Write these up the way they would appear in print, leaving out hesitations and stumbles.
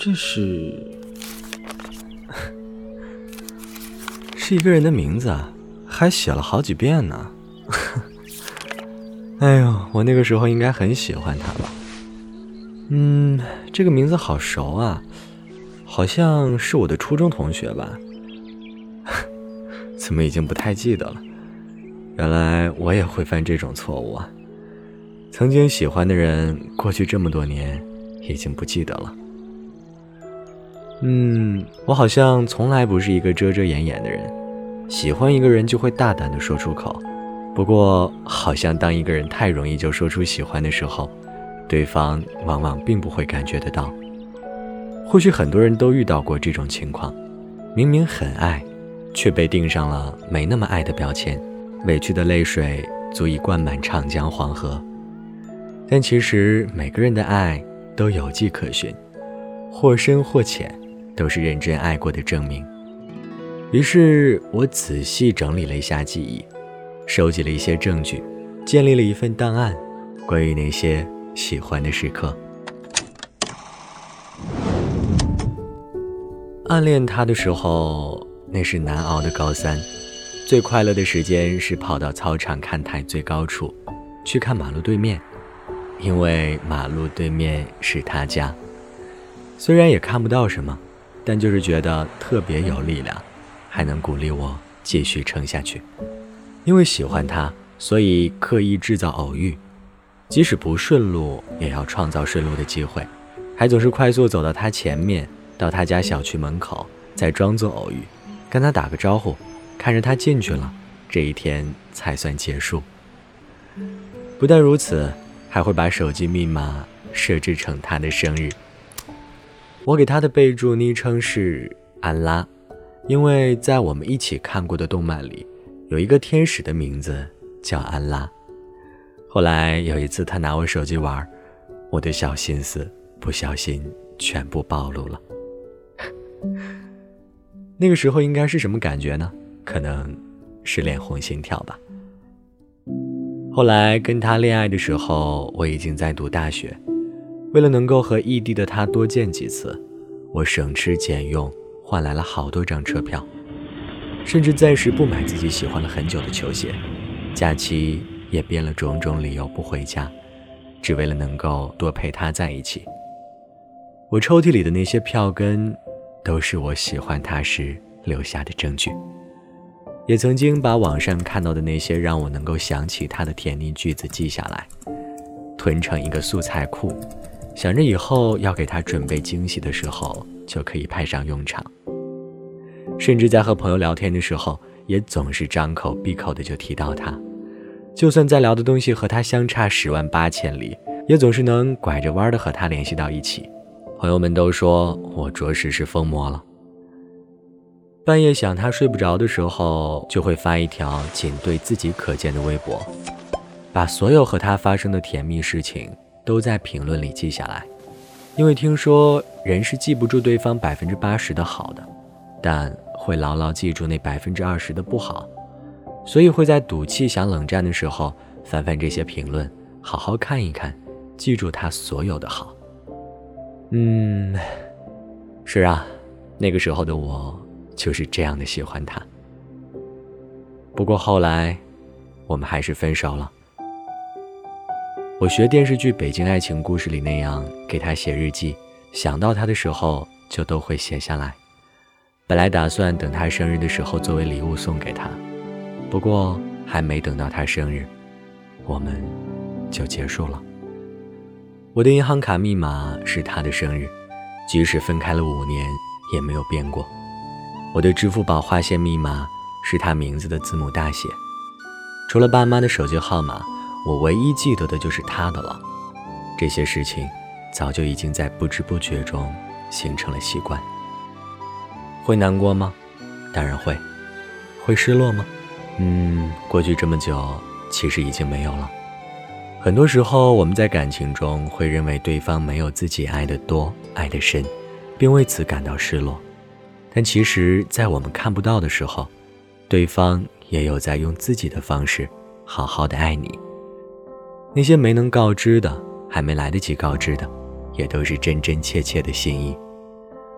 这是一个人的名字啊，还写了好几遍呢。哎呦，我那个时候应该很喜欢他吧。这个名字好熟啊，好像是我的初中同学吧。怎么已经不太记得了？原来我也会犯这种错误啊。曾经喜欢的人，过去这么多年已经不记得了。我好像从来不是一个遮遮掩掩的人，喜欢一个人就会大胆地说出口。不过好像当一个人太容易就说出喜欢的时候，对方往往并不会感觉得到。或许很多人都遇到过这种情况，明明很爱，却被钉上了没那么爱的标签，委屈的泪水足以灌满长江黄河。但其实每个人的爱都有迹可循，或深或浅，都是认真爱过的证明。于是我仔细整理了一下记忆，收集了一些证据，建立了一份档案，关于那些喜欢的时刻。暗恋他的时候，那是难熬的高三，最快乐的时间是跑到操场看台最高处，去看马路对面，因为马路对面是他家。虽然也看不到什么，但就是觉得特别有力量，还能鼓励我继续撑下去。因为喜欢他，所以刻意制造偶遇，即使不顺路，也要创造顺路的机会，还总是快速走到他前面，到他家小区门口，再装作偶遇，跟他打个招呼，看着他进去了，这一天才算结束。不但如此，还会把手机密码设置成他的生日。我给他的备注昵称是安拉，因为在我们一起看过的动漫里，有一个天使的名字叫安拉。后来有一次他拿我手机玩，我的小心思不小心全部暴露了。那个时候应该是什么感觉呢？可能是脸红心跳吧。后来跟他恋爱的时候，我已经在读大学，为了能够和异地的他多见几次，我省吃俭用换来了好多张车票，甚至暂时不买自己喜欢了很久的球鞋，假期也编了种种理由不回家，只为了能够多陪他在一起。我抽屉里的那些票根，都是我喜欢他时留下的证据。也曾经把网上看到的那些让我能够想起他的甜蜜句子记下来，囤成一个素材库，想着以后要给他准备惊喜的时候就可以派上用场。甚至在和朋友聊天的时候，也总是张口闭口的就提到他，就算在聊的东西和他相差10万8千里，也总是能拐着弯的和他联系到一起。朋友们都说我着实是疯魔了。半夜想他睡不着的时候，就会发一条仅对自己可见的微博，把所有和他发生的甜蜜事情都在评论里记下来。因为听说人是记不住对方80%的好的，但会牢牢记住那20%的不好，所以会在赌气想冷战的时候翻翻这些评论，好好看一看，记住他所有的好。是啊，那个时候的我就是这样的喜欢他。不过后来我们还是分手了。我学电视剧《北京爱情故事》里那样给他写日记，想到他的时候就都会写下来。本来打算等他生日的时候作为礼物送给他，不过还没等到他生日，我们就结束了。我的银行卡密码是他的生日，即使分开了5年也没有变过。我的支付宝划线密码是他名字的字母大写。除了爸妈的手机号码，我唯一记得的就是他的了。这些事情早就已经在不知不觉中形成了习惯。会难过吗？当然会。会失落吗？过去这么久，其实已经没有了。很多时候我们在感情中会认为对方没有自己爱得多，爱得深，并为此感到失落。但其实在我们看不到的时候，对方也有在用自己的方式好好的爱你。那些没能告知的，还没来得及告知的，也都是真真切切的心意。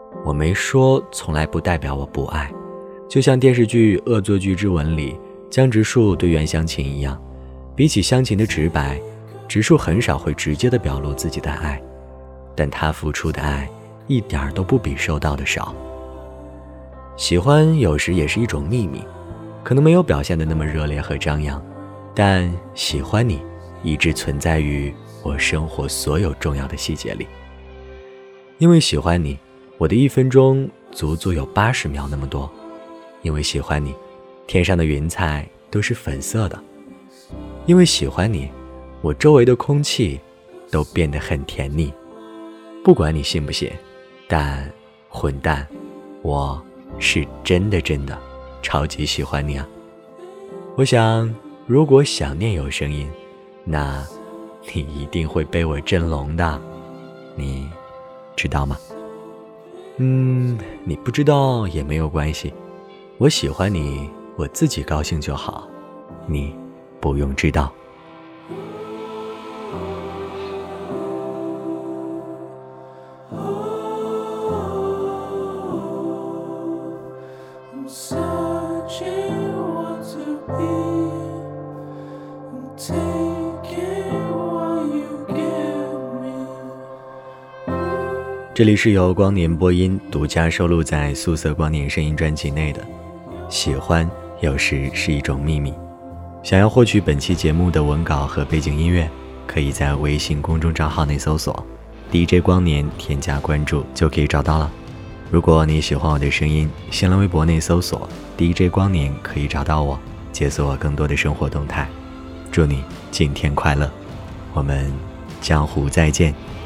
我没说从来不代表我不爱，就像电视剧《恶作剧之吻》里江直树对袁湘琴一样，比起湘琴的直白，直树很少会直接地表露自己的爱，但他付出的爱一点都不比收到的少。喜欢有时也是一种秘密，可能没有表现得那么热烈和张扬，但喜欢你一直存在于我生活所有重要的细节里。因为喜欢你，我的1分钟足足有80秒那么多。因为喜欢你，天上的云彩都是粉色的。因为喜欢你，我周围的空气都变得很甜腻。不管你信不信，但混蛋，我是真的超级喜欢你啊。我想如果想念有声音，那你一定会被我震聋的，你知道吗？你不知道也没有关系，我喜欢你，我自己高兴就好，你不用知道。这里是由光年播音独家收录在素色光年声音专辑内的。喜欢有时是一种秘密。想要获取本期节目的文稿和背景音乐，可以在微信公众账号内搜索 DJ 光年，添加关注就可以找到了。如果你喜欢我的声音，新浪微博内搜索 DJ 光年可以找到我，解锁更多的生活动态。祝你今天快乐，我们江湖再见。